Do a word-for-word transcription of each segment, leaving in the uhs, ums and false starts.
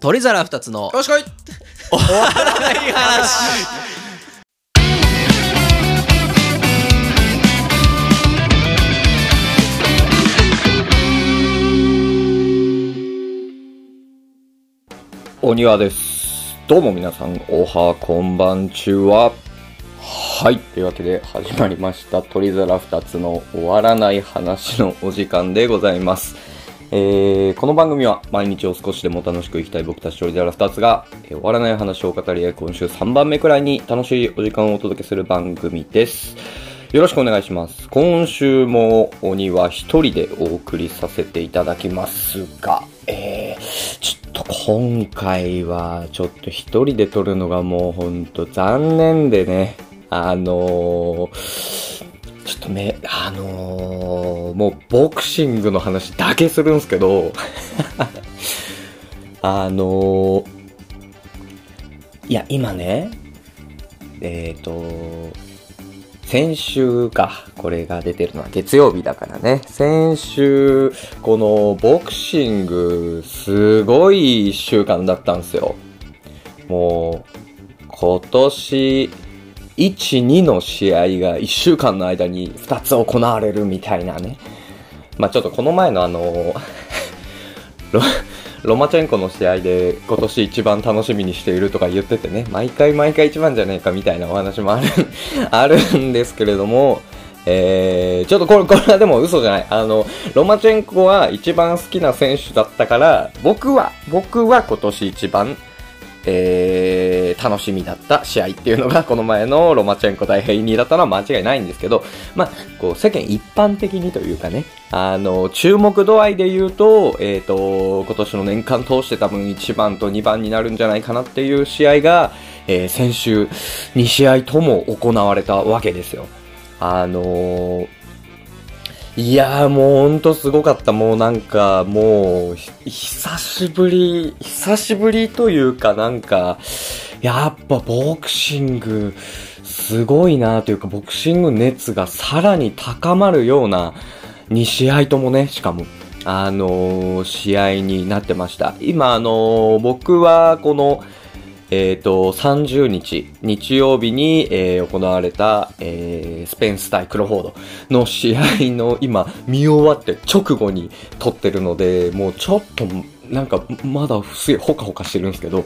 鳥皿二つのよしこいお笑い話。 お庭です。どうも皆さん、おはこんばんちは。はい。というわけで始まりました。鳥皿二つの終わらない話のお時間でございます。えー、この番組は毎日を少しでも楽しく生きたい僕たち鳥皿二つが、えー、終わらない話を語り合い、今週さんばんめくらいに楽しいお時間をお届けする番組です。よろしくお願いします。今週もお庭一人でお送りさせていただきますが、えー、ちょっと今回はちょっと一人で撮るのがもうほんと残念でね、あのー、ちょっとね、あのー、もうボクシングの話だけするんすけど、あのー、いや今ね、えっと、先週か、これが出てるのは月曜日だからね。先週、このボクシング、すごい一週間だったんですよ。もう、今年、いち、にの試合がいっしゅうかんの間にふたつ行われるみたいなね。まあちょっとこの前のあの、ロ、ロマチェンコの試合で今年一番楽しみにしているとか言っててね、毎回毎回一番じゃねえかみたいなお話もある、あるんですけれども、えー、ちょっとこれ、これはでも嘘じゃない。あの、ロマチェンコは一番好きな選手だったから、僕は、僕は今年一番、えー、楽しみだった試合っていうのがこの前のロマチェンコ対ヘイニーだったのは間違いないんですけど、まあ、こう世間一般的にというかね、あの、注目度合いで言うと、えっと、今年の年間通して多分いちばんとにばんになるんじゃないかなっていう試合が、えー、先週に試合とも行われたわけですよ。あのー、いやーもうほんとすごかった。もうなんかもう久しぶり久しぶりというかなんかやっぱボクシングすごいなというかボクシング熱がさらに高まるようなに試合ともね、しかもあのー、試合になってました。今あのー、僕はこのえっと、さんじゅうにち、日曜日に、えー、行われた、えー、スペンス対クロフォードの試合の今、見終わって直後に撮ってるので、もうちょっと、なんか、まだすげえホカホカしてるんですけど、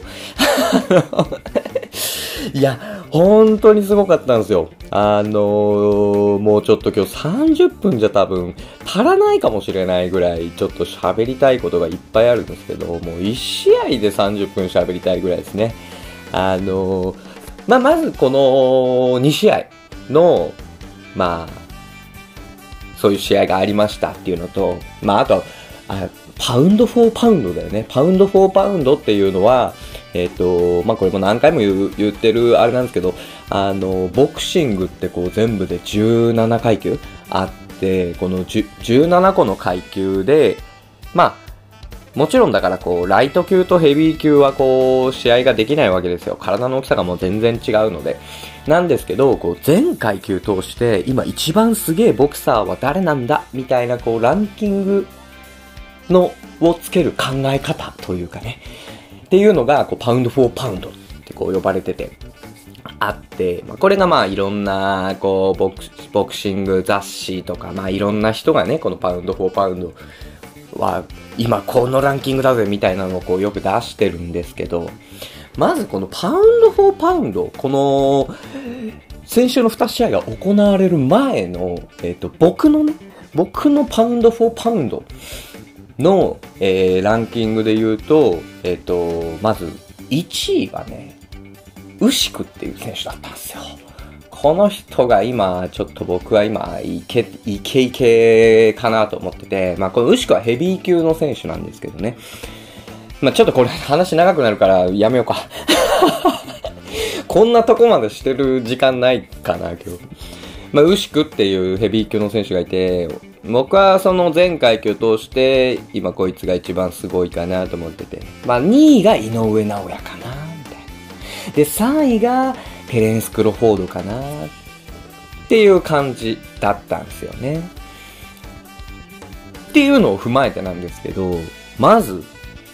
いや、本当にすごかったんですよ。あのー、もうちょっと今日さんじゅっぷんじゃ多分足らないかもしれないぐらいちょっと喋りたいことがいっぱいあるんですけど、もういち試合でさんじゅっぷん喋りたいぐらいですね。あのー、まあ、まずこのに試合の、まあ、そういう試合がありましたっていうのと、まあ、あと、あ、パウンドフォーパウンドだよね。パウンドフォーパウンドっていうのは、えっと、まあ、これも何回も言う、言ってるあれなんですけど、あの、ボクシングってこう全部でじゅうななかいきゅうあって、このじゅうななこの階級で、まあ、もちろんだからこう、ライト級とヘビー級はこう、試合ができないわけですよ。体の大きさがもう全然違うので。なんですけど、こう、全階級通して、今一番すげえボクサーは誰なんだみたいなこう、ランキングの、をつける考え方というかね。っていうのが、こう、パウンドフォーパウンドってこう呼ばれてて、あって、まあ、これがまあいろんな、こうボク、ボクシング雑誌とか、まあいろんな人がね、このパウンドフォーパウンドは、今このランキングだぜみたいなのをこうよく出してるんですけど、まずこのパウンドフォーパウンド、この、先週のに試合が行われる前の、えっと、僕のね、僕のパウンドフォーパウンドの、えー、ランキングで言うと、えっと、まずいちいはね、ウシクっていう選手だったんですよ。この人が今、ちょっと僕は今、イケ、イケイケかなと思ってて、まあこのウシクはヘビー級の選手なんですけどね。まあちょっとこれ話長くなるからやめようか。こんなとこまでしてる時間ないかな、今日。まあウシクっていうヘビー級の選手がいて、僕はその全階級通して、今こいつが一番すごいかなと思ってて。まあにいが井上尚弥かな、みたいな。で、さんいがテレンス・クロフォードかな、っていう感じだったんですよね。っていうのを踏まえてなんですけど、まず、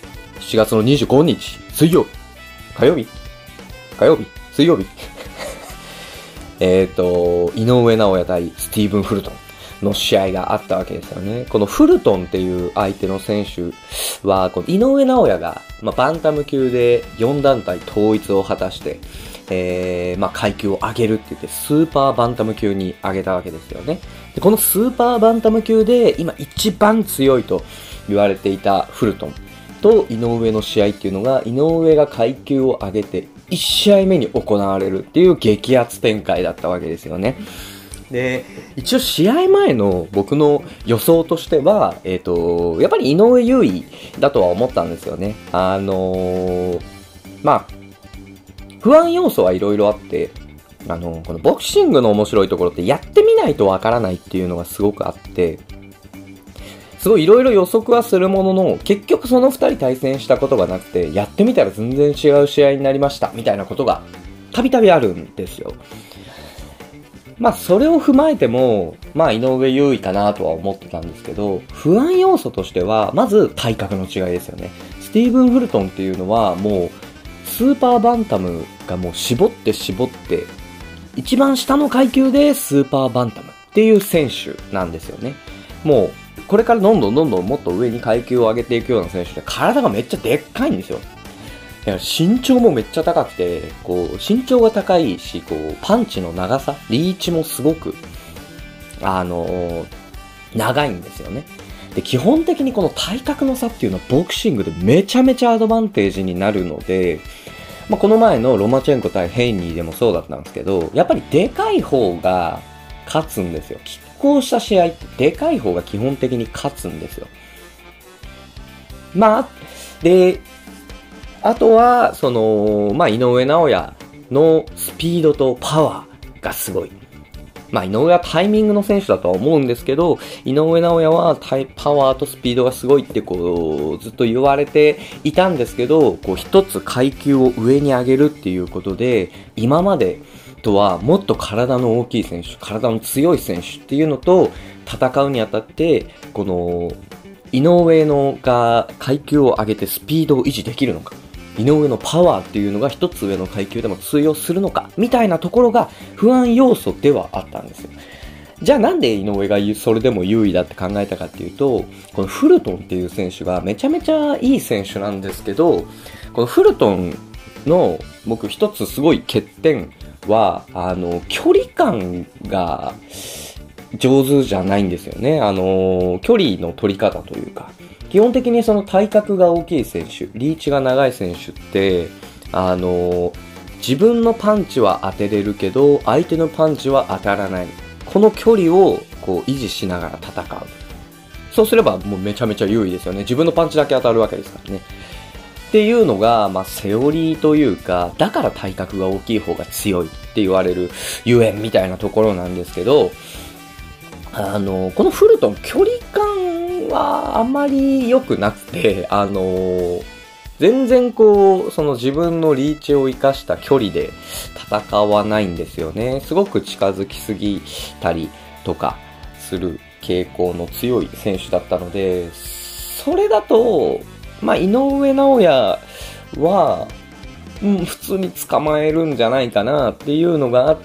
しちがつのにじゅうごにち、水曜日。火曜日火曜日水曜日えっと、井上尚弥対スティーブン・フルトンの試合があったわけですよね。このフルトンっていう相手の選手は、この井上尚弥が、まあ、バンタム級でよんだんたい統一を果たして、えー、まあ、階級を上げるって言って、スーパーバンタム級に上げたわけですよね。で、このスーパーバンタム級で今一番強いと言われていたフルトンと井上の試合っていうのが、井上が階級を上げていち試合目に行われるっていう激アツ展開だったわけですよね。で、一応試合前の僕の予想としては、えっと、やっぱり井上優位だとは思ったんですよね。あのー、まあ、不安要素はいろいろあって、あのー、このボクシングの面白いところってやってみないとわからないっていうのがすごくあって、すごいいろいろ予測はするものの、結局その二人対戦したことがなくて、やってみたら全然違う試合になりました、みたいなことがたびたびあるんですよ。まあそれを踏まえても、まあ井上優位かなとは思ってたんですけど、不安要素としては、まず体格の違いですよね。スティーブン・フルトンっていうのはもう、スーパーバンタムがもう絞って絞って、一番下の階級でスーパーバンタムっていう選手なんですよね。もう、これからどんどんどんどんもっと上に階級を上げていくような選手で、体がめっちゃでっかいんですよ。だから身長もめっちゃ高くて、こう、身長が高いし、こう、パンチの長さ、リーチもすごく、あのー、長いんですよね。で、基本的にこの体格の差っていうのはボクシングでめちゃめちゃアドバンテージになるので、まあ、この前のロマチェンコ対ヘイニーでもそうだったんですけど、やっぱりでかい方が勝つんですよ。拮抗した試合ってでかい方が基本的に勝つんですよ。まあ、で、あとは、その、まあ、井上尚弥のスピードとパワーがすごい。まあ、井上はタイミングの選手だとは思うんですけど、井上尚弥はタイパワーとスピードがすごいってこう、ずっと言われていたんですけど、こう一つ階級を上に上げるっていうことで、今までとはもっと体の大きい選手、体の強い選手っていうのと戦うにあたって、この、井上のが階級を上げてスピードを維持できるのか。井上のパワーっていうのが一つ上の階級でも通用するのかみたいなところが不安要素ではあったんですよ。じゃあなんで井上がそれでも優位だって考えたかっていうと、このフルトンっていう選手がめちゃめちゃいい選手なんですけど、このフルトンの僕一つすごい欠点は、あの、距離感が上手じゃないんですよね。あの、距離の取り方というか。基本的にその体格が大きい選手、リーチが長い選手って、あの、自分のパンチは当てれるけど、相手のパンチは当たらない。この距離をこう維持しながら戦う。そうすればもうめちゃめちゃ優位ですよね。自分のパンチだけ当たるわけですからね。っていうのが、まあ、セオリーというか、だから体格が大きい方が強いって言われるゆえんみたいなところなんですけど、あの、このフルトン距離感はあまり良くなくて、あの、全然こう、その自分のリーチを生かした距離で戦わないんですよね。すごく近づきすぎたりとかする傾向の強い選手だったので、それだと、まあ、井上尚弥は、うん、普通に捕まえるんじゃないかなっていうのがあって、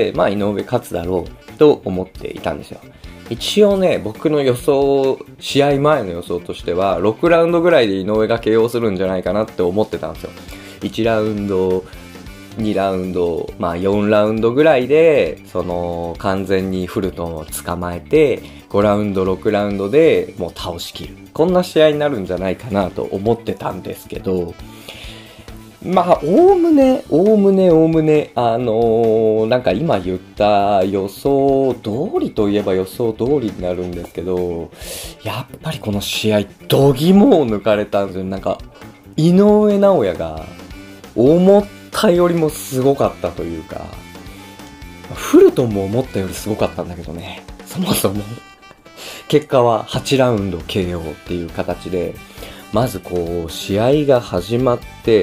まあ、井上勝つだろうと思っていたんですよ。一応ね、僕の予想、試合前の予想としては、ろくラウンドぐらいで井上が ケーオー するんじゃないかなって思ってたんですよ。いちラウンド、にラウンド、まあよんラウンドぐらいで、その、完全にフルトンを捕まえて、ごラウンド、ろくラウンドでもう倒しきる。こんな試合になるんじゃないかなと思ってたんですけど、まあ、おおむね、おおむね、おおむね、あのー、なんか今言った予想通りといえば予想通りになるんですけど、やっぱりこの試合、度肝を抜かれたんですよ。なんか、井上尚弥が、思ったよりもすごかったというか、フルトンも思ったよりすごかったんだけどね、そもそも。結果ははちラウンド ケーオー っていう形で、まずこう、試合が始まって、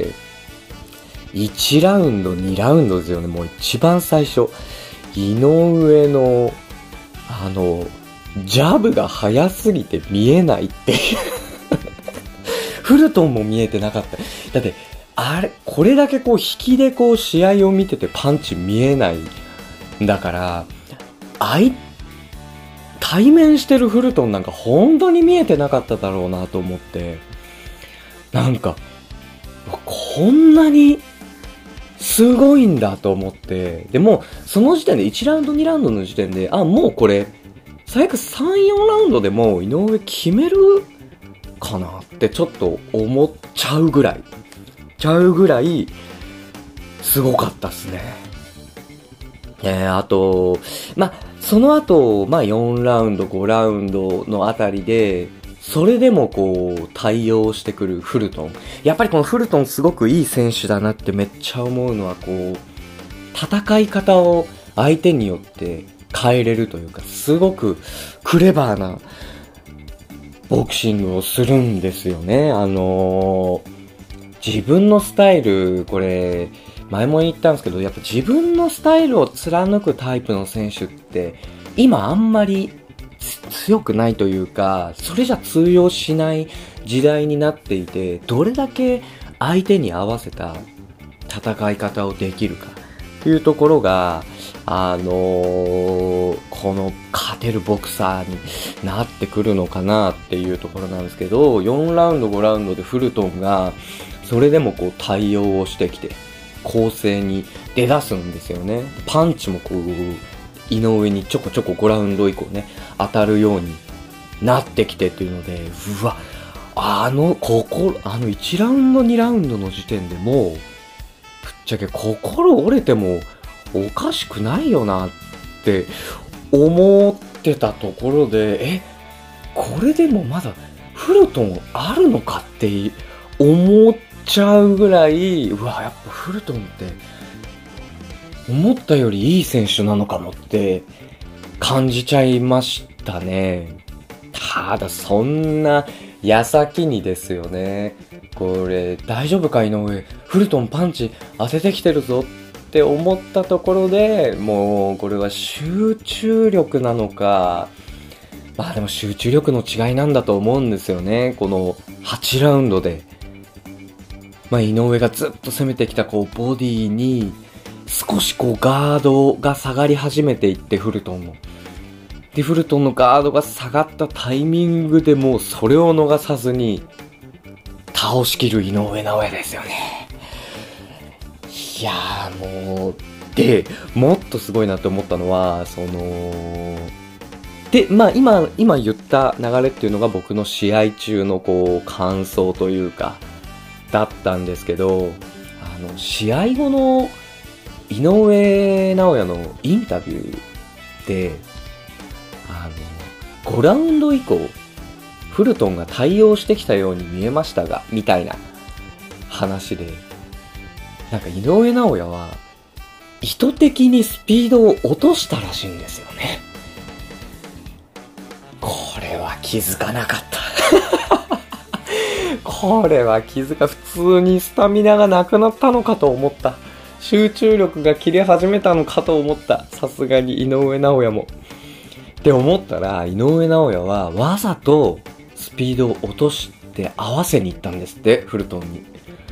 いちラウンド、にラウンドですよね。もう一番最初。井上の、あの、ジャブが速すぎて見えないっていう。 フルトンも見えてなかった。だって、あれ、これだけこう引きでこう試合を見ててパンチ見えない。だから、あい、対面してるフルトンなんか本当に見えてなかっただろうなと思って、なんか、こんなにすごいんだと思って、でも、その時点でいちラウンドにラウンドの時点で、あ、もうこれ、最悪さん、よんラウンドでもう井上決めるかなってちょっと思っちゃうぐらい、ちゃうぐらい、すごかったっすね。えー、あと、まあ、その後、まあ、よんラウンド、ごラウンドのあたりで、それでもこう、対応してくるフルトン。やっぱりこのフルトンすごくいい選手だなってめっちゃ思うのは、こう、戦い方を相手によって変えれるというか、すごくクレバーなボクシングをするんですよね。あのー、自分のスタイル、これ、前も言ったんですけど、やっぱ自分のスタイルを貫くタイプの選手って、今あんまり強くないというか、それじゃ通用しない時代になっていて、どれだけ相手に合わせた戦い方をできるかというところが、あのー、この勝てるボクサーになってくるのかなっていうところなんですけど、よんラウンドごラウンドでフルトンがそれでもこう対応をしてきて攻勢に出だすんですよね。パンチもこう井上にちょこちょこごラウンド以降ね当たるようになってきてっていうので、うわ、あのここあのいちラウンドにラウンドの時点でもうぶっちゃけ心折れてもおかしくないよなって思ってたところで、え、これでもまだフルトンあるのかって思っちゃうぐらい、うわ、やっぱフルトンって思ったよりいい選手なのかもって感じちゃいましたね。ただそんな矢先にですよね、これ大丈夫か井上、フルトンパンチ当ててきてるぞって思ったところで、もうこれは集中力なのか、まあでも集中力の違いなんだと思うんですよね。このはちラウンドで、まあ井上がずっと攻めてきたこうボディに少しこうガードが下がり始めていって、フルトンのでフルトンのガードが下がったタイミングでもうそれを逃さずに倒しきる井上尚弥ですよね。いやーもう、で、もっとすごいなって思ったのは、その、で、まあ今、今言った流れっていうのが僕の試合中のこう感想というか、だったんですけど、あの、試合後の井上尚弥のインタビューで、あの、ごラウンド以降、フルトンが対応してきたように見えましたが、みたいな話で、なんか井上尚弥は意図的にスピードを落としたらしいんですよね。これは気づかなかったこれは気づか、普通にスタミナがなくなったのかと思った。集中力が切れ始めたのかと思った。さすがに井上尚弥もって思ったら、井上尚弥はわざとスピードを落として合わせに行ったんですって、フルトンに。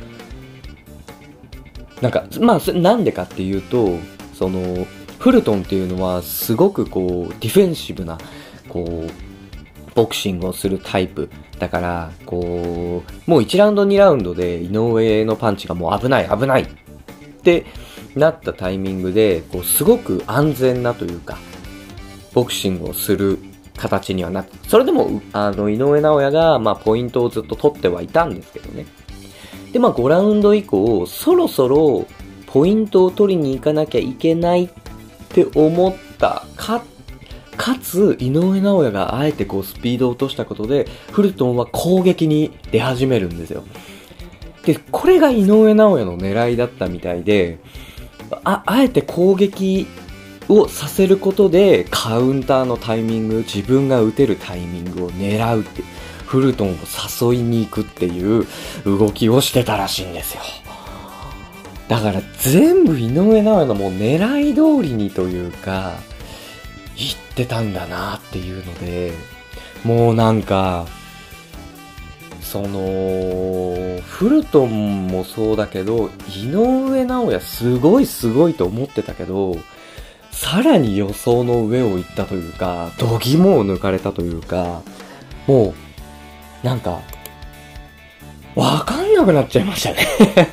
なんか、まあ、なんでかっていうと、その、フルトンっていうのは、すごくこう、ディフェンシブな、こう、ボクシングをするタイプ。だから、こう、もういちラウンドにラウンドで井上のパンチがもう危ない危ないってなったタイミングで、こう、すごく安全なというか、ボクシングをする形にはなって、それでも、あの、井上尚弥が、まあ、ポイントをずっと取ってはいたんですけどね。で、まあ、ごラウンド以降、そろそろポイントを取りに行かなきゃいけないって思ったか、かつ、井上尚弥があえてこうスピードを落としたことで、フルトンは攻撃に出始めるんですよ。で、これが井上尚弥の狙いだったみたいで、あ、あえて攻撃をさせることで、カウンターのタイミング、自分が打てるタイミングを狙うって、フルトンを誘いに行くっていう動きをしてたらしいんですよ。だから全部井上尚弥のもう狙い通りにというか、言ってたんだなっていうので、もうなんか、 その、フルトンもそうだけど、井上尚弥すごいすごいと思ってたけど、さらに予想の上を行ったというか、度肝を抜かれたというか、もう、なんか、わかんなくなっちゃいましたね。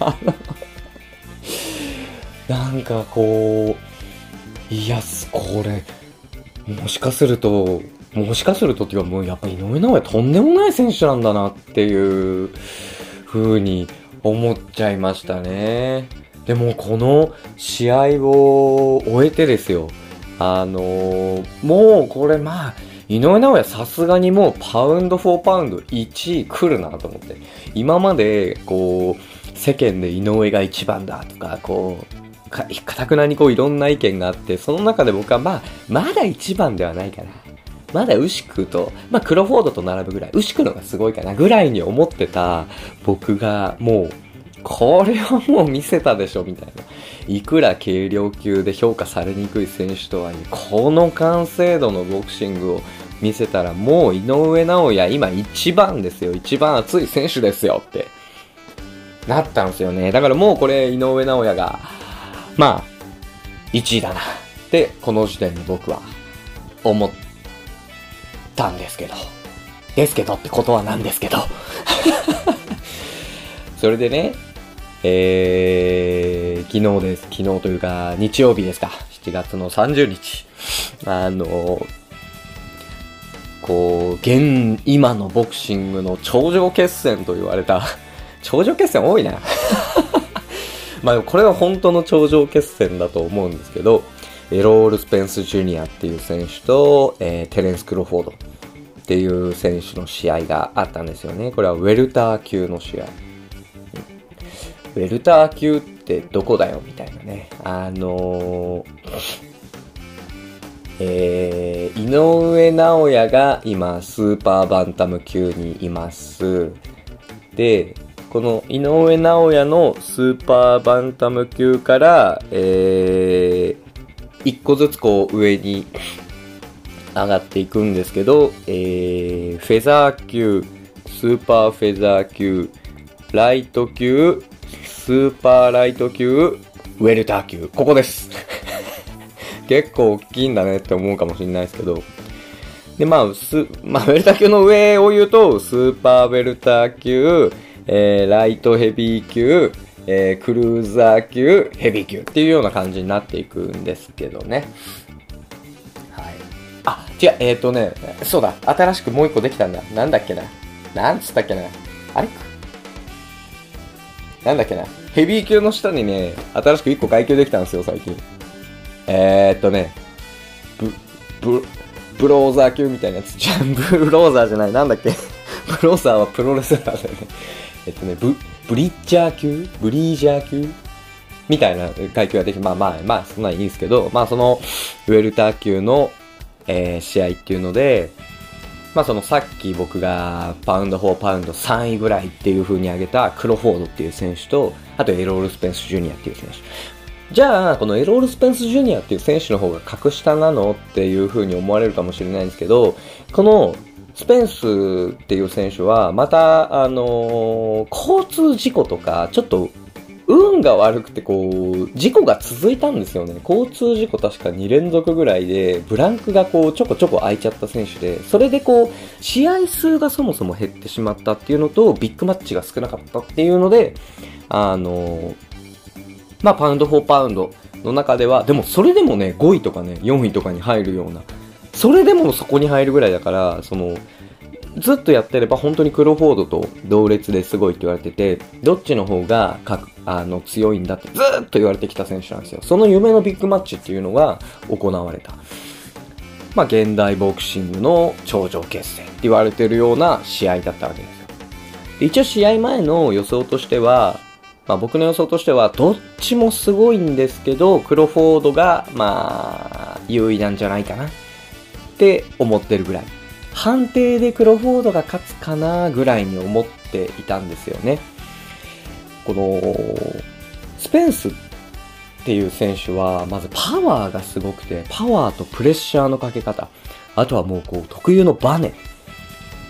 なんかこう、いや、これ、もしかすると、もしかするとっていうかもうやっぱ井上尚弥とんでもない選手なんだなっていう風に思っちゃいましたね。でもこの試合を終えてですよ。あのー、もうこれまあ、井上尚弥さすがにもうパウンドフォーパウンドいちい来るなと思って。今までこう、世間で井上が一番だとか、こう、か、かたくなにこういろんな意見があって、その中で僕はまあ、まだ一番ではないかな。まだウシクと、まあクロフォードと並ぶぐらい、ウシクのがすごいかなぐらいに思ってた僕がもう、これはもう見せたでしょみたいな。いくら軽量級で評価されにくい選手とはいえ、この完成度のボクシングを見せたらもう井上尚弥今一番ですよ。一番熱い選手ですよってなったんですよね。だからもうこれ井上尚弥が、まあ、いちいだなってこの時点で僕は思ったんですけど。ですけどってことはなんですけど。それでね、えー、昨日です。昨日というか、日曜日ですか。しちがつのさんじゅうにち。あの、こう、現、今のボクシングの頂上決戦と言われた。頂上決戦多いな。まあ、これは本当の頂上決戦だと思うんですけど、エロール・スペンス・ジュニアっていう選手と、えー、テレンス・クロフォードっていう選手の試合があったんですよね。これはウェルター級の試合。ウェルター級ってどこだよみたいなね。あのー、えー、井上尚弥が今スーパーバンタム級にいます。で、この井上尚弥のスーパーバンタム級から、えー、一個ずつこう上に上がっていくんですけど、えー、フェザー級、スーパーフェザー級、ライト級、スーパーライト級、ウェルター級。ここです。結構大きいんだねって思うかもしれないですけど。で、まあ、ス、まあ、ウェルター級の上を言うと、スーパーウェルター級、えー、ライトヘビー級、えー、クルーザー級、ヘビー級っていうような感じになっていくんですけどね。はい。あ、違う、えっとね、そうだ、新しくもう一個できたんだ。なんだっけな。なんつったっけな。あれなんだっけな。ヘビー級の下にね、新しくいっこ階級できたんですよ、最近。えーっとね、ブ、ブ、ブローザー級みたいなやつ。じゃん、ブローザーじゃない、なんだっけ。ブローザーはプロレスラーだよね。えっとね、ブ、ブリッジャー級ブリージャー級みたいな階級ができて、まあまあ、まあ、そんなにいいんですけど、まあその、ウェルター級の、えー、試合っていうので、まあそのさっき僕がパウンドフォーパウンドさんいぐらいっていう風に挙げたクロフォードっていう選手と、あとエロール・スペンス・ジュニアっていう選手。じゃあ、このエロール・スペンス・ジュニアっていう選手の方が格下なのっていう風に思われるかもしれないんですけど、このスペンスっていう選手はまた、あのー、交通事故とか、ちょっと運が悪くてこう、事故が続いたんですよね。交通事故確かに連続ぐらいで、ブランクがこう、ちょこちょこ空いちゃった選手で、それでこう、試合数がそもそも減ってしまったっていうのと、ビッグマッチが少なかったっていうので、あの、まあ、パウンドフォーパウンドの中では、でもそれでもね、ごいとかね、よんいとかに入るような、それでもそこに入るぐらいだから、その、ずっとやってれば本当にクロフォードと同列ですごいって言われてて、どっちの方がかあの強いんだってずーっと言われてきた選手なんですよ。その夢のビッグマッチっていうのが行われた。まあ現代ボクシングの頂上決戦って言われてるような試合だったわけですよ。で一応試合前の予想としては、まあ僕の予想としてはどっちもすごいんですけど、クロフォードがまあ優位なんじゃないかなって思ってるぐらい。判定でクロフォードが勝つかなぐらいに思っていたんですよね。このスペンスっていう選手はまずパワーがすごくて、パワーとプレッシャーのかけ方、あとはもうこう特有のバネ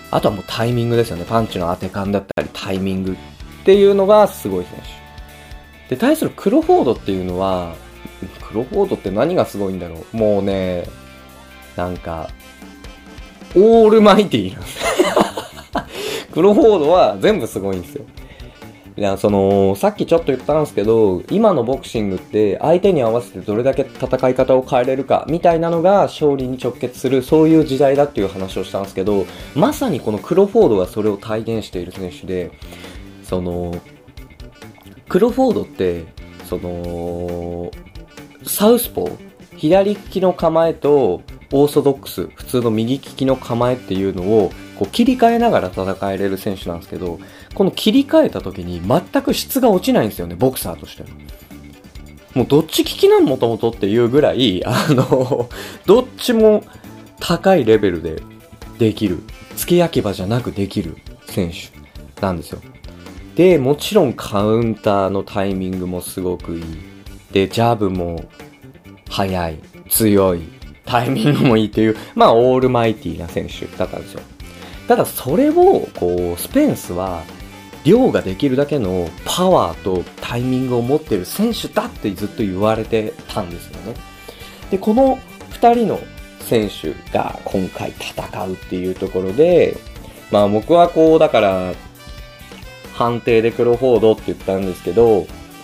あとはもうタイミングですよね。パンチの当て感だったりタイミングっていうのがすごい選手。で、対するクロフォードっていうのは、クロフォードって何がすごいんだろう。もうね、なんか、オールマイティーなんです。クロフォードは全部すごいんですよ。いや、その、さっきちょっと言ったんですけど、今のボクシングって相手に合わせてどれだけ戦い方を変えれるかみたいなのが勝利に直結する、そういう時代だっていう話をしたんですけど、まさにこのクロフォードがそれを体現している選手で、その、クロフォードって、その、サウスポー、左利きの構えとオーソドックス、普通の右利きの構えっていうのをこう切り替えながら戦えれる選手なんですけど、この切り替えた時に全く質が落ちないんですよね、ボクサーとしては。もうどっち利きなんもともとっていうぐらい、あの、どっちも高いレベルでできる、付け焼き場じゃなくできる選手なんですよ。で、もちろんカウンターのタイミングもすごくいい。で、ジャブも速い、強い、タイミングもいいっていう、まあ、オールマイティーな選手だったんですよ。ただ、それを、こう、スペンスは、量ができるだけのパワーとタイミングを持っている選手だってずっと言われてたんですよね。で、この二人の選手が今回戦うっていうところで、まあ僕はこう、だから、判定でクロフォードって言ったんですけど、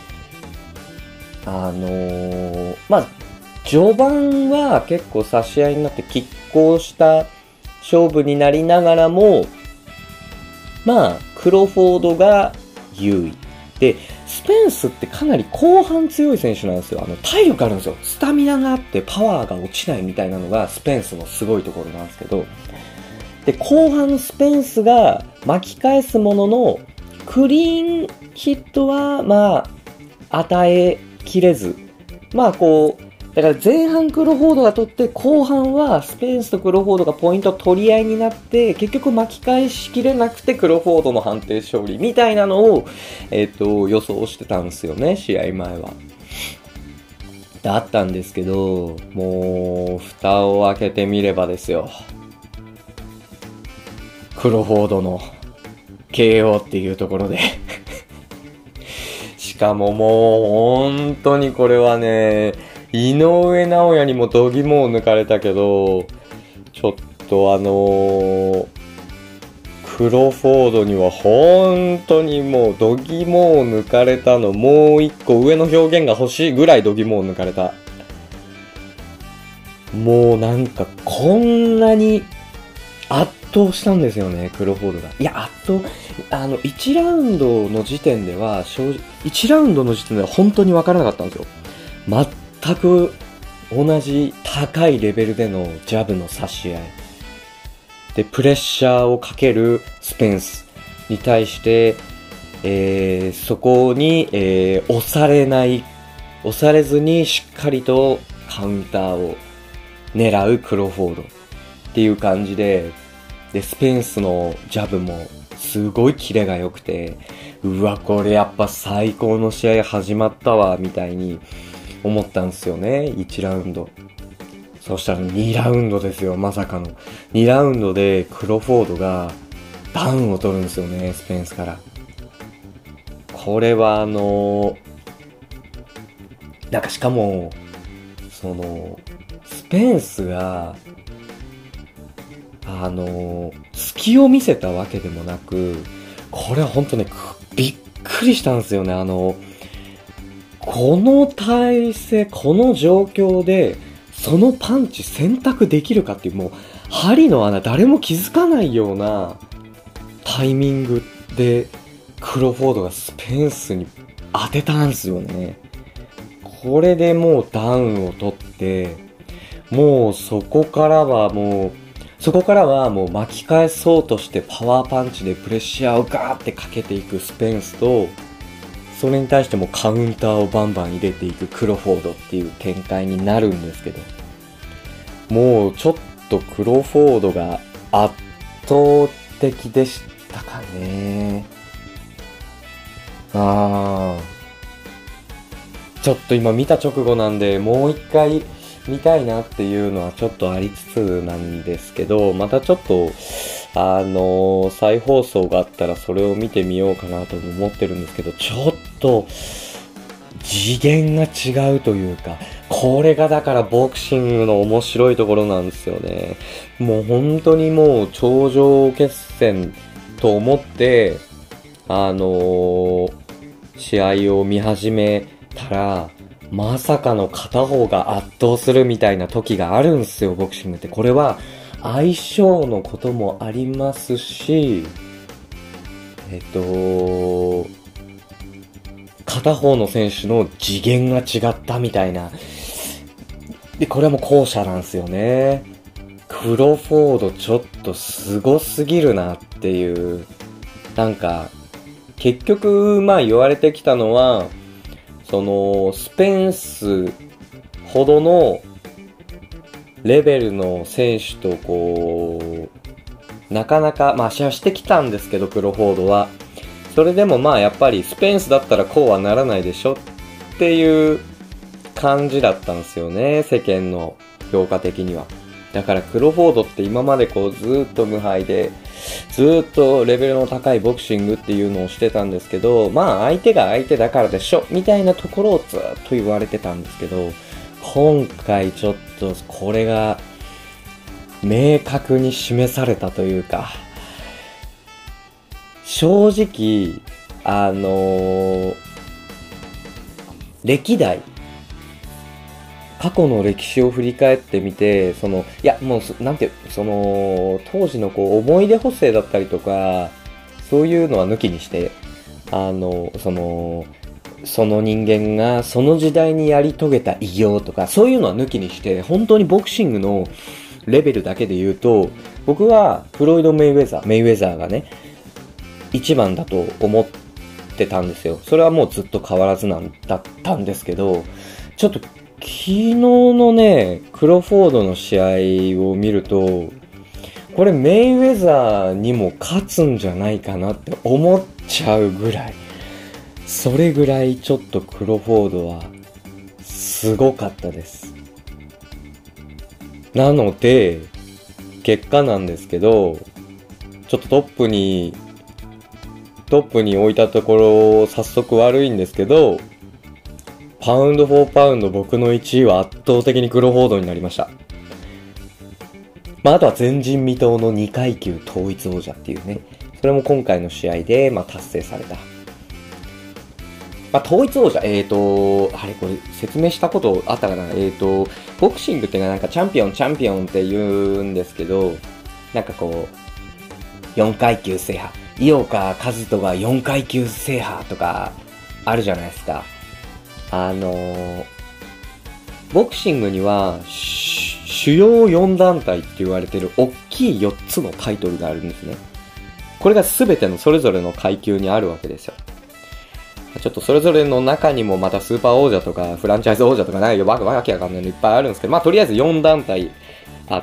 あのー、まあ、序盤は結構差し合いになって拮抗した勝負になりながらも、まあ、クロフォードが優位。で、スペンスってかなり後半強い選手なんですよ。あの、体力あるんですよ。スタミナがあってパワーが落ちないみたいなのがスペンスのすごいところなんですけど、で、後半スペンスが巻き返すものの、クリーンヒットは、まあ、与えきれず。まあ、こう、だから前半クロフォードが取って後半はスペンスとクロフォードがポイント取り合いになって結局巻き返しきれなくてクロフォードの判定勝利みたいなのを、えっと、予想してたんですよね、試合前は。だったんですけど、もう蓋を開けてみればですよ。クロフォードの ケーオー っていうところでしかももう本当にこれはね、井上尚弥にも度肝を抜かれたけど、ちょっとあのー、クロフォードには本当にもう度肝を抜かれたの、もう一個上の表現が欲しいぐらい度肝を抜かれた。もうなんかこんなに圧倒したんですよね、クロフォードが。いや、圧倒、あの、いちラウンドの時点では、正直、いちラウンドの時点では本当に分からなかったんですよ。全く同じ高いレベルでのジャブの差し合い。で、プレッシャーをかけるスペンスに対して、えー、そこに、えー、押されない、押されずにしっかりとカウンターを狙うクロフォードっていう感じで、で、スペンスのジャブもすごいキレが良くて、うわ、これやっぱ最高の試合始まったわ、みたいに思ったんですよね、いちラウンド。そしたらにラウンドですよ、まさかの。にラウンドでクロフォードがダウンを取るんですよね、スペンスから。これはあのー、なんかしかも、その、スペンスが、あのー、隙を見せたわけでもなく、これは本当ね、びっくりしたんですよね、あの、この体勢、この状況で、そのパンチ選択できるかっていう、もう、針の穴、誰も気づかないようなタイミングで、クロフォードがスペンスに当てたんですよね。これでもうダウンを取って、もうそこからはもう、そこからはもう巻き返そうとしてパワーパンチでプレッシャーをガーってかけていくスペンスと、それに対してもカウンターをバンバン入れていくクロフォードっていう展開になるんですけど、もうちょっとクロフォードが圧倒的でしたかね。あー。ちょっと今見た直後なんで、もう一回見たいなっていうのはちょっとありつつなんですけど、またちょっとあのー、再放送があったらそれを見てみようかなと思ってるんですけど、ちょっと、次元が違うというか、これがだからボクシングの面白いところなんですよね。もう本当にもう頂上決戦と思って、あのー、試合を見始めたら、まさかの片方が圧倒するみたいな時があるんですよ、ボクシングって。これは相性のこともありますし、えっと、片方の選手の次元が違ったみたいな。で、これはもう後者なんですよね。クロフォードちょっとすごすぎるなっていう。なんか、結局、まあ言われてきたのは、その、スペンスほどのレベルの選手とこう、なかなか、まあ試合してきたんですけど、クロフォードは。それでもまあやっぱりスペンスだったらこうはならないでしょっていう感じだったんですよね、世間の評価的には。だからクロフォードって今までこうずーっと無敗で、ずーっとレベルの高いボクシングっていうのをしてたんですけど、まあ相手が相手だからでしょみたいなところをずーっと言われてたんですけど、今回ちょっとこれが明確に示されたというか、正直、あのー、歴代、過去の歴史を振り返ってみて、その、いや、もう、なんて、その、当時のこう、思い出補正だったりとか、そういうのは抜きにして、あの、その、その人間がその時代にやり遂げた偉業とか、そういうのは抜きにして、本当にボクシングのレベルだけで言うと、僕は、フロイド・メイウェザー、メイウェザーがね、一番だと思ってたんですよ。それはもうずっと変わらずなんだったんですけど、ちょっと昨日のね、クロフォードの試合を見ると、これメイウェザーにも勝つんじゃないかなって思っちゃうぐらい、それぐらいちょっとクロフォードはすごかったです。なので、結果なんですけど、ちょっとトップにトップに置いたところ、早速悪いんですけど、パウンドフォーパウンド僕のいちいは圧倒的にクロフォードになりました。まあ、あとは前人未到のにかいきゅう統一王者っていうね、それも今回の試合で、まあ、達成された。まあ、統一王者、えーと、あれこれ説明したことあったかな、えーと、ボクシングってなんかチャンピオンチャンピオンって言うんですけど、なんかこう、よんかいきゅう制覇。井岡一翔がよんかいきゅう制覇とかあるじゃないですか。あのー、ボクシングには主要よん団体って言われてる大きいよっつのタイトルがあるんですね。これが全てのそれぞれの階級にあるわけですよ。ちょっとそれぞれの中にもまたスーパー王者とかフランチャイズ王者とかないよ、わけわけわかんないのいっぱいあるんですけど、まあとりあえずよん団体あって、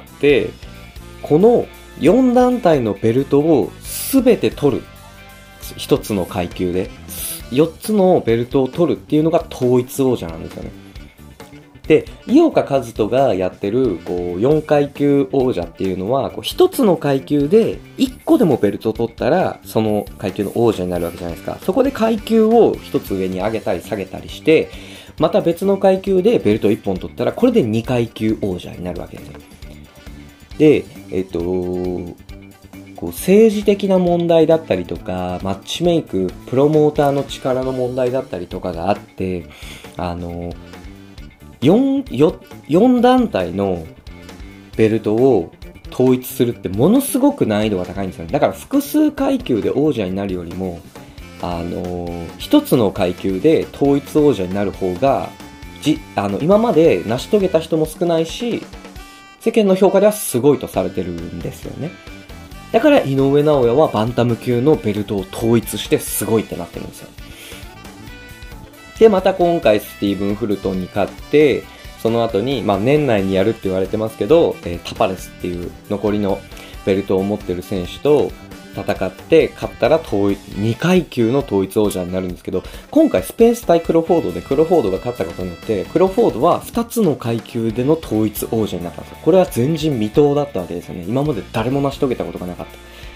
このよん団体のベルトをすべて取る。一つの階級で。よっつのベルトを取るっていうのが統一王者なんですよね。で、井岡一翔がやってる、こう、よんかいきゅう王者っていうのは、こう、一つの階級で、一個でもベルトを取ったら、その階級の王者になるわけじゃないですか。そこで階級を一つ上に上げたり下げたりして、また別の階級でベルトを一本取ったら、これでにかいきゅう王者になるわけですよ。で、えっと、こう政治的な問題だったりとか、マッチメイク、プロモーターの力の問題だったりとかがあって、あの、4、4、よん団体のベルトを統一するってものすごく難易度が高いんですよね。だから複数階級で王者になるよりも、あの、一つの階級で統一王者になる方が、じ、あの、今まで成し遂げた人も少ないし、世間の評価ではすごいとされてるんですよね。だから井上尚弥はバンタム級のベルトを統一してすごいってなってるんですよ。で、また今回スティーブン・フルトンに勝って、その後に、まあ年内にやるって言われてますけど、えー、タパレスっていう残りのベルトを持ってる選手と戦って、勝ったら統一、にかいきゅうの統一王者になるんですけど、今回スペース対クロフォードでクロフォードが勝ったことによって、クロフォードはふたつの階級での統一王者になったんですよ。これは前人未到だったわけですよね。今まで誰も成し遂げたことがなかった。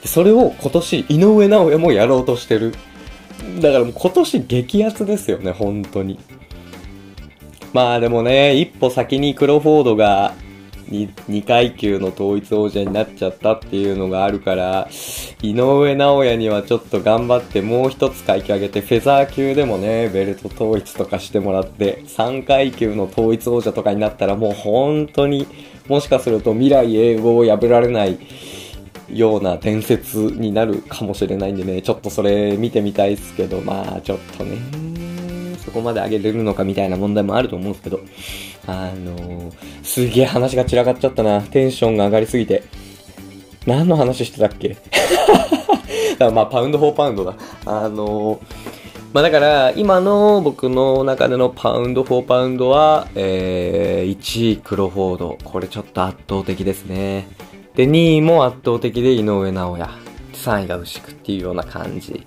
それを今年井上尚弥もやろうとしてる。だからもう今年激アツですよね、本当に。まあでもね、一歩先にクロフォードが 2, 2階級の統一王者になっちゃったっていうのがあるから、井上尚弥にはちょっと頑張ってもう一つ階級上げて、フェザー級でもね、ベルト統一とかしてもらって、さん階級の統一王者とかになったらもう本当に、もしかすると未来永劫を破られないような伝説になるかもしれないんでね、ちょっとそれ見てみたいですけど、まあちょっとね、そこまで上げれるのかみたいな問題もあると思うんですけど、あのー、すげえ話が散らかっちゃったな。テンションが上がりすぎて。何の話してたっけだからまあパウンドフォーパウンドだ。あのー、まあだから今の僕の中でのパウンドフォーパウンドは、えー、いちいクロフォード。これちょっと圧倒的ですね。で、にいも圧倒的で井上尚弥。さんいが牛久っていうような感じ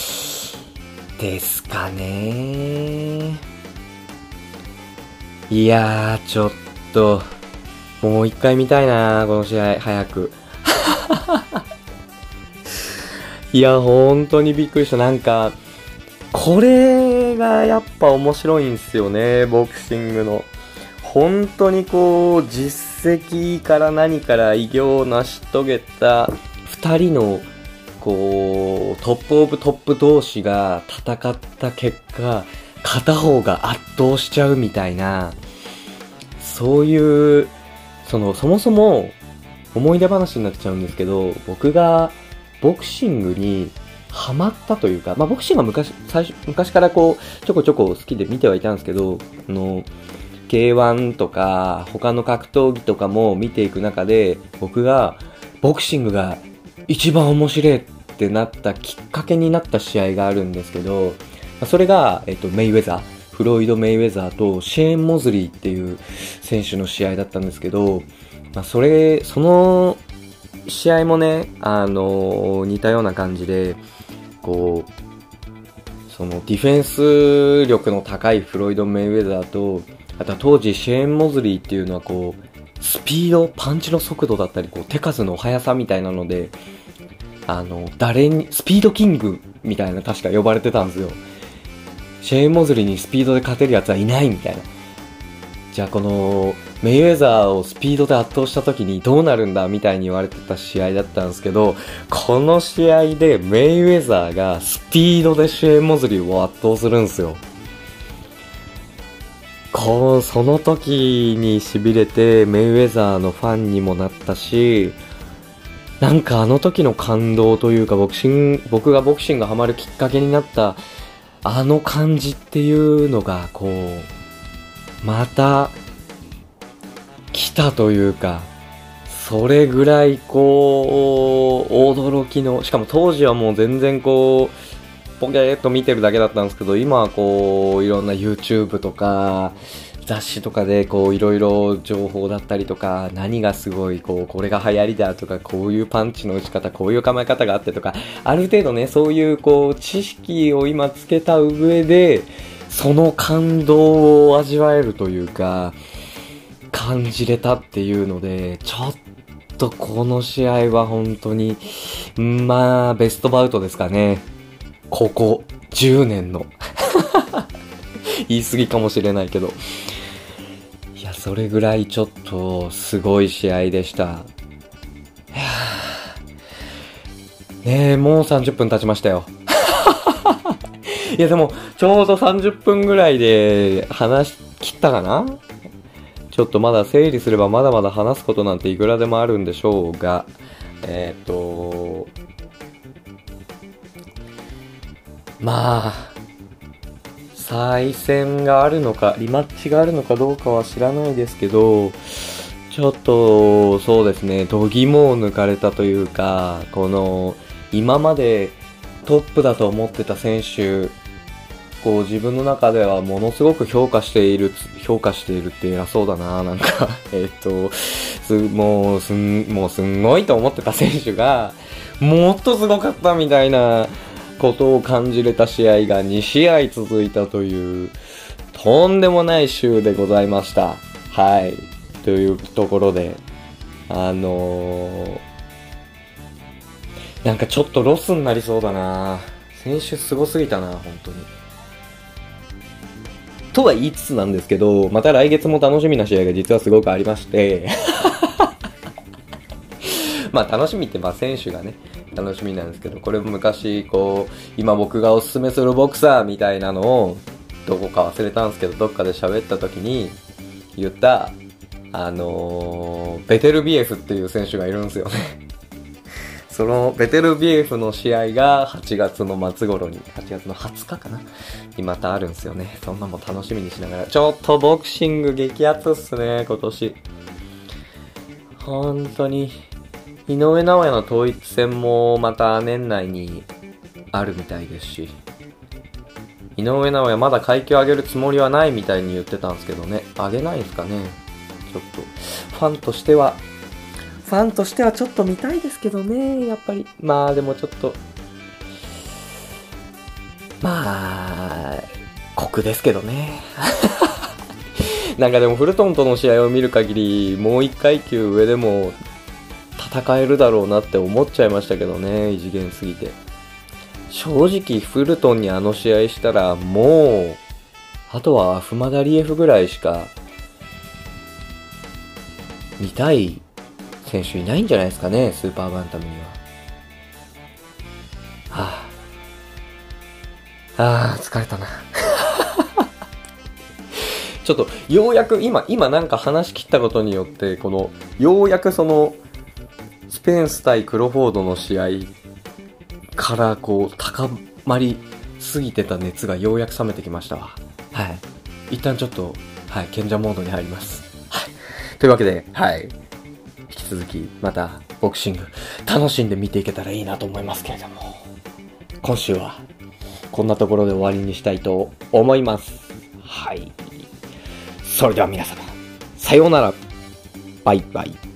ですかね。いやー、ちょっと、もう一回見たいなー、この試合、早く。いや、本当にびっくりした。なんか、これがやっぱ面白いんですよね、ボクシングの。本当にこう、実績から何から偉業を成し遂げた二人の、こう、トップオブトップ同士が戦った結果、片方が圧倒しちゃうみたいな、そういう、その、そもそも思い出話になっちゃうんですけど、僕がボクシングにハマったというか、まあボクシングは昔、最初、昔からこう、ちょこちょこ好きで見てはいたんですけど、あの、ケーワン とか他の格闘技とかも見ていく中で、僕がボクシングが一番面白いってなったきっかけになった試合があるんですけど、それが、えっと、メイウェザー、フロイド・メイウェザーとシェーン・モズリーっていう選手の試合だったんですけど、まあ、それ、その試合もね、あのー、似たような感じで、こう、そのディフェンス力の高いフロイド・メイウェザーと、あとは当時シェーン・モズリーっていうのはこう、スピード、パンチの速度だったり、こう、手数の速さみたいなので、あの、誰に、スピードキングみたいな確か呼ばれてたんですよ。シェーン・モズリーにスピードで勝てるやつはいないみたいな。じゃあこのメイウェザーをスピードで圧倒した時にどうなるんだみたいに言われてた試合だったんですけど、この試合でメイウェザーがスピードでシェーン・モズリーを圧倒するんですよ。こう、その時に痺れてメイウェザーのファンにもなったし、なんかあの時の感動というか、ボクシング、僕がボクシングがハマるきっかけになったあの感じっていうのがこうまた来たというか、それぐらいこう驚きの、しかも当時はもう全然こうポケーっと見てるだけだったんですけど、今はこういろんな YouTube とか雑誌とかでこういろいろ情報だったりとか、何がすごいこうこれが流行りだとか、こういうパンチの打ち方、こういう構え方があってとか、ある程度ね、そういうこう知識を今つけた上でその感動を味わえるというか感じれたっていうので、ちょっとこの試合は本当にまあベストバウトですかね。ここじゅうねんの言い過ぎかもしれないけど、いやそれぐらいちょっとすごい試合でした。いやねえ、もうさんじゅっぷん経ちましたよいやでもちょうどさんじゅっぷんぐらいで話し切ったかな。ちょっとまだ整理すればまだまだ話すことなんていくらでもあるんでしょうが、えっとまあ再戦があるのかリマッチがあるのかどうかは知らないですけど、ちょっとそうですね、度肝を抜かれたというか、この今までトップだと思ってた選手、こう自分の中ではものすごく評価している評価しているって偉そうだな、なんかえっとすもうすんもうすんごいと思ってた選手がもっとすごかったみたいなことを感じれた試合がに試合続いたというとんでもない週でございました。はい、というところで、あのー、 なんかちょっとロスになりそうだな。先週すごすぎたな、本当に。とは言いつつなんですけど、また来月も楽しみな試合が実はすごくありまして、まあ楽しみってまあ選手がね、楽しみなんですけど、これも昔こう、今僕がおすすめするボクサーみたいなのを、どこか忘れたんですけど、どっかで喋った時に言った、あのー、ベテルビエフっていう選手がいるんですよね。そのベテルビエフの試合がはちがつの末頃に、はちがつのはつかかなにまたあるんですよね。そんなも楽しみにしながら、ちょっとボクシング激アツっすね、今年。本当に。井上尚弥の統一戦もまた年内にあるみたいですし、井上尚弥まだ階級上げるつもりはないみたいに言ってたんですけどね、上げないんですかね。ちょっとファンとしてはファンとしてはちょっと見たいですけどね、やっぱり。まあでもちょっとまあ酷ですけどね。なんかでもフルトンとの試合を見る限り、もう一階級上でも戦えるだろうなって思っちゃいましたけどね、異次元すぎて。正直フルトンにあの試合したらもうあとはアフマダリエフぐらいしか見たい選手いないんじゃないですかね、スーパーバンタムには。はあ、ああ疲れたな。ちょっとようやく今今なんか話し切ったことによって、このようやくそのスペンス対クロフォードの試合からこう高まりすぎてた熱がようやく冷めてきましたわ。はい。一旦ちょっと、はい、賢者モードに入ります。はい。というわけで、はい。引き続き、また、ボクシング、楽しんで見ていけたらいいなと思いますけれども、今週は、こんなところで終わりにしたいと思います。はい。それでは皆様、さようなら。バイバイ。